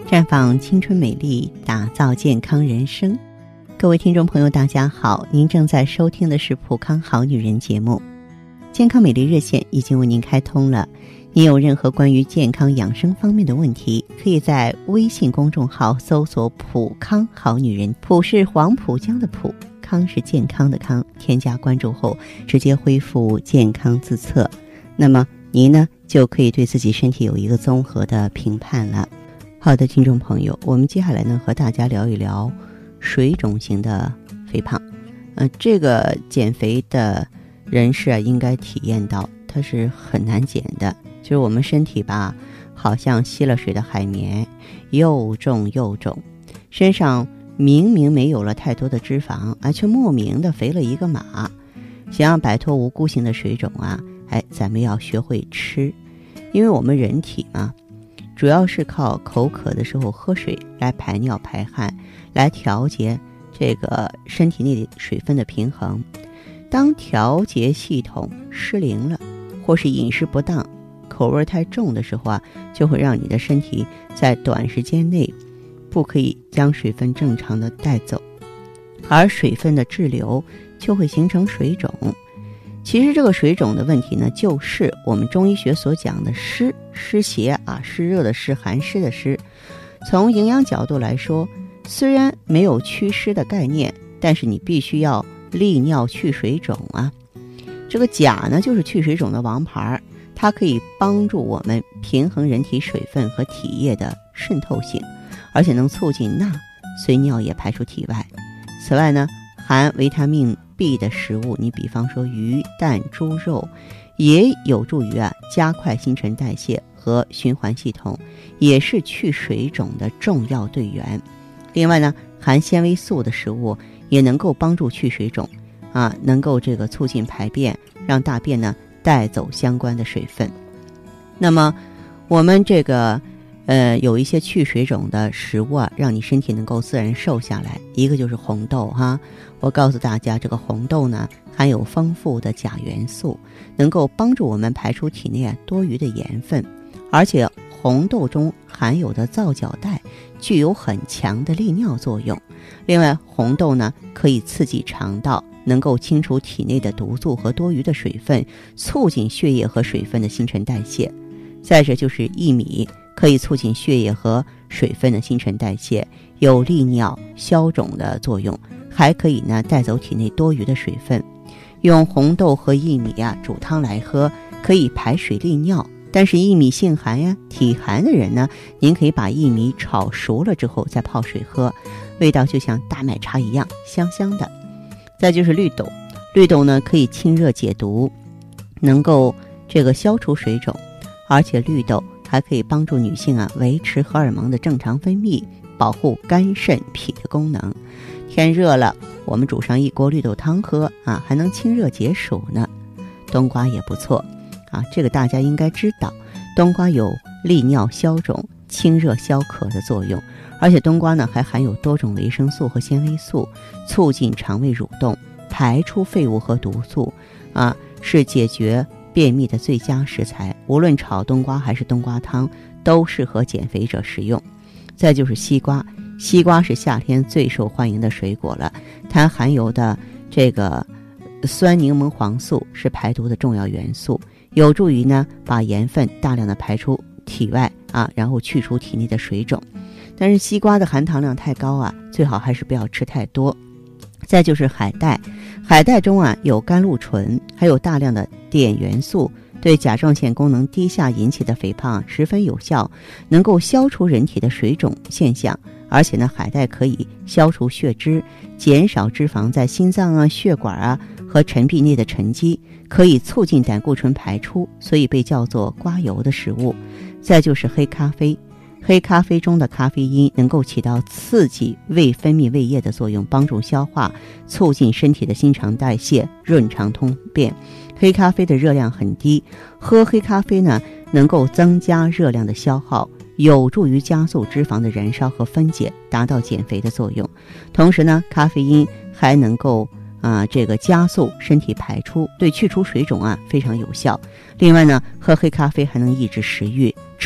绽放青春美丽，打造健康人生。各位听众朋友大家好，您正在收听的是普康好女人节目。健康美丽热线已经为您开通了，您有任何关于健康养生方面的问题，可以在微信公众号搜索普康好女人，普是黄浦江的普，康是健康的康，添加关注后直接恢复健康自测，那么您呢就可以对自己身体有一个综合的评判了。好的，听众朋友，我们接下来呢和大家聊一聊水肿型的肥胖。这个减肥的人士啊，应该体验到它是很难减的，就是我们身体吧，好像吸了水的海绵，又重又肿，身上明明没有了太多的脂肪，却莫名的肥了一个码。想要摆脱无辜性的水肿啊，咱们要学会吃，因为我们人体嘛，主要是靠口渴的时候喝水来排尿排汗，来调节这个身体内的水分的平衡。当调节系统失灵了，或是饮食不当，口味太重的时候啊，就会让你的身体在短时间内不可以将水分正常的带走，而水分的滞留就会形成水肿。其实这个水肿的问题呢，就是我们中医学所讲的湿邪啊，湿热的湿，寒湿的湿。从营养角度来说，虽然没有祛湿的概念，但是你必须要利尿去水肿啊。这个钾呢，就是去水肿的王牌，它可以帮助我们平衡人体水分和体液的渗透性，而且能促进钠随尿液排出体外。此外呢，含维他命 B 的食物，你比方说鱼、蛋、猪肉，也有助于加快新陈代谢和循环系统，也是去水肿的重要队员。另外呢，含纤维素的食物也能够帮助去水肿能够这个促进排便，让大便呢带走相关的水分。那么我们这个有一些去水肿的食物让你身体能够自然瘦下来。一个就是红豆我告诉大家，这个红豆呢含有丰富的钾元素，能够帮助我们排出体内多余的盐分，而且红豆中含有的皂角带具有很强的利尿作用。另外，红豆呢可以刺激肠道，能够清除体内的毒素和多余的水分，促进血液和水分的新陈代谢。再者就是薏米，可以促进血液和水分的新陈代谢，有利尿消肿的作用，还可以呢带走体内多余的水分。用红豆和薏米煮汤来喝，可以排水利尿。但是薏米性寒体寒的人呢，您可以把薏米炒熟了之后再泡水喝，味道就像大麦茶一样香香的。再就是绿豆，绿豆呢可以清热解毒，能够这个消除水肿，而且绿豆还可以帮助女性维持荷尔蒙的正常分泌，保护肝肾脾的功能。天热了，我们煮上一锅绿豆汤喝还能清热解暑呢。冬瓜也不错这个大家应该知道，冬瓜有利尿消肿、清热消渴的作用，而且冬瓜呢还含有多种维生素和纤维素，促进肠胃蠕动，排出废物和毒素是解决便秘的最佳食材。无论炒冬瓜还是冬瓜汤，都适合减肥者食用。再就是西瓜，西瓜是夏天最受欢迎的水果了，它含有的这个酸柠檬黄素是排毒的重要元素，有助于呢把盐分大量的排出体外然后去除体内的水肿。但是西瓜的含糖量太高最好还是不要吃太多。再就是海带，海带中有甘露醇，还有大量的碘元素，对甲状腺功能低下引起的肥胖十分有效，能够消除人体的水肿现象。而且呢，海带可以消除血脂，减少脂肪在心脏血管和陈壁内的沉积，可以促进胆固醇排出，所以被叫做刮油的食物。再就是黑咖啡，黑咖啡中的咖啡因能够起到刺激胃分泌胃液的作用，帮助消化，促进身体的新陈代谢，润肠通便。黑咖啡的热量很低，喝黑咖啡呢，能够增加热量的消耗，有助于加速脂肪的燃烧和分解，达到减肥的作用。同时呢，咖啡因还能够这个加速身体排出，对去除水肿非常有效。另外呢，喝黑咖啡还能抑制食欲，吃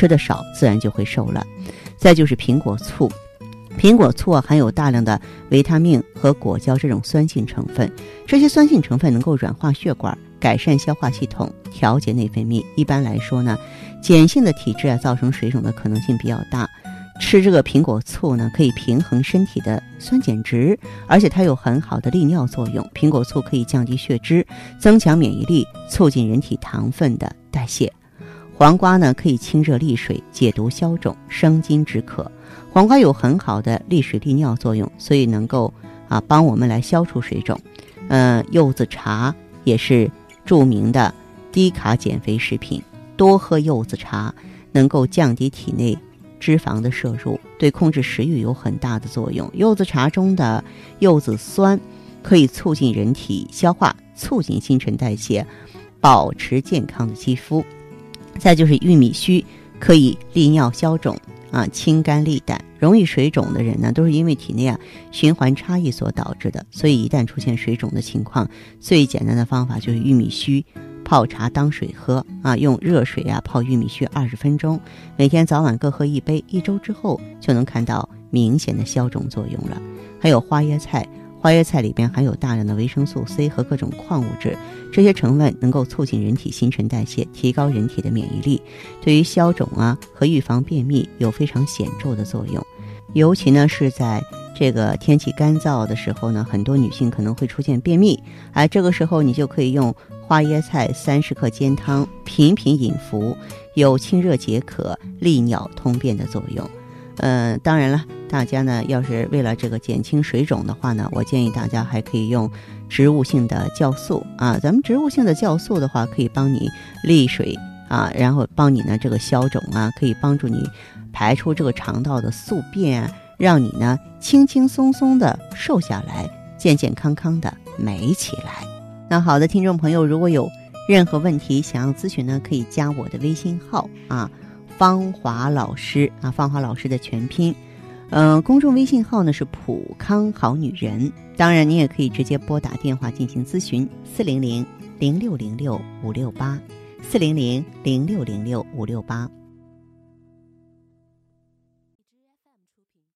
吃的少自然就会瘦了。再就是苹果醋，苹果醋含有大量的维他命和果胶这种酸性成分，这些酸性成分能够软化血管，改善消化系统，调节内分泌。一般来说呢，碱性的体质造成水肿的可能性比较大。吃这个苹果醋呢，可以平衡身体的酸碱值，而且它有很好的利尿作用。苹果醋可以降低血脂，增强免疫力，促进人体糖分的代谢。黄瓜呢，可以清热利水，解毒消肿，生津止渴。黄瓜有很好的利水利尿作用，所以能够帮我们来消除水肿。柚子茶也是著名的低卡减肥食品，多喝柚子茶能够降低体内脂肪的摄入，对控制食欲有很大的作用。柚子茶中的柚子酸可以促进人体消化，促进新陈代谢，保持健康的肌肤。再就是玉米须，可以利尿消肿清肝利胆。容易水肿的人呢，都是因为体内循环差异所导致的，所以一旦出现水肿的情况，最简单的方法就是玉米须泡茶当水喝用热水泡玉米须20分钟，每天早晚各喝1杯，1周之后就能看到明显的消肿作用了。还有花椰菜，花椰菜里边含有大量的维生素 C 和各种矿物质，这些成分能够促进人体新陈代谢，提高人体的免疫力，对于消肿和预防便秘有非常显著的作用。尤其呢是在这个天气干燥的时候呢，很多女性可能会出现便秘，这个时候你就可以用花椰菜30克煎汤，频频饮服，有清热解渴、利尿通便的作用。当然了，大家呢要是为了这个减轻水肿的话呢，我建议大家还可以用植物性的酵素咱们植物性的酵素的话，可以帮你利水然后帮你呢这个消肿可以帮助你排出这个肠道的宿便让你呢轻轻松松的瘦下来，健健康康的美起来。那好的，听众朋友，如果有任何问题想要咨询呢，可以加我的微信号芳华老师芳华老师的全拼。公众微信号呢是普康好女人。当然你也可以直接拨打电话进行咨询，400-0606-568，400-0606-568。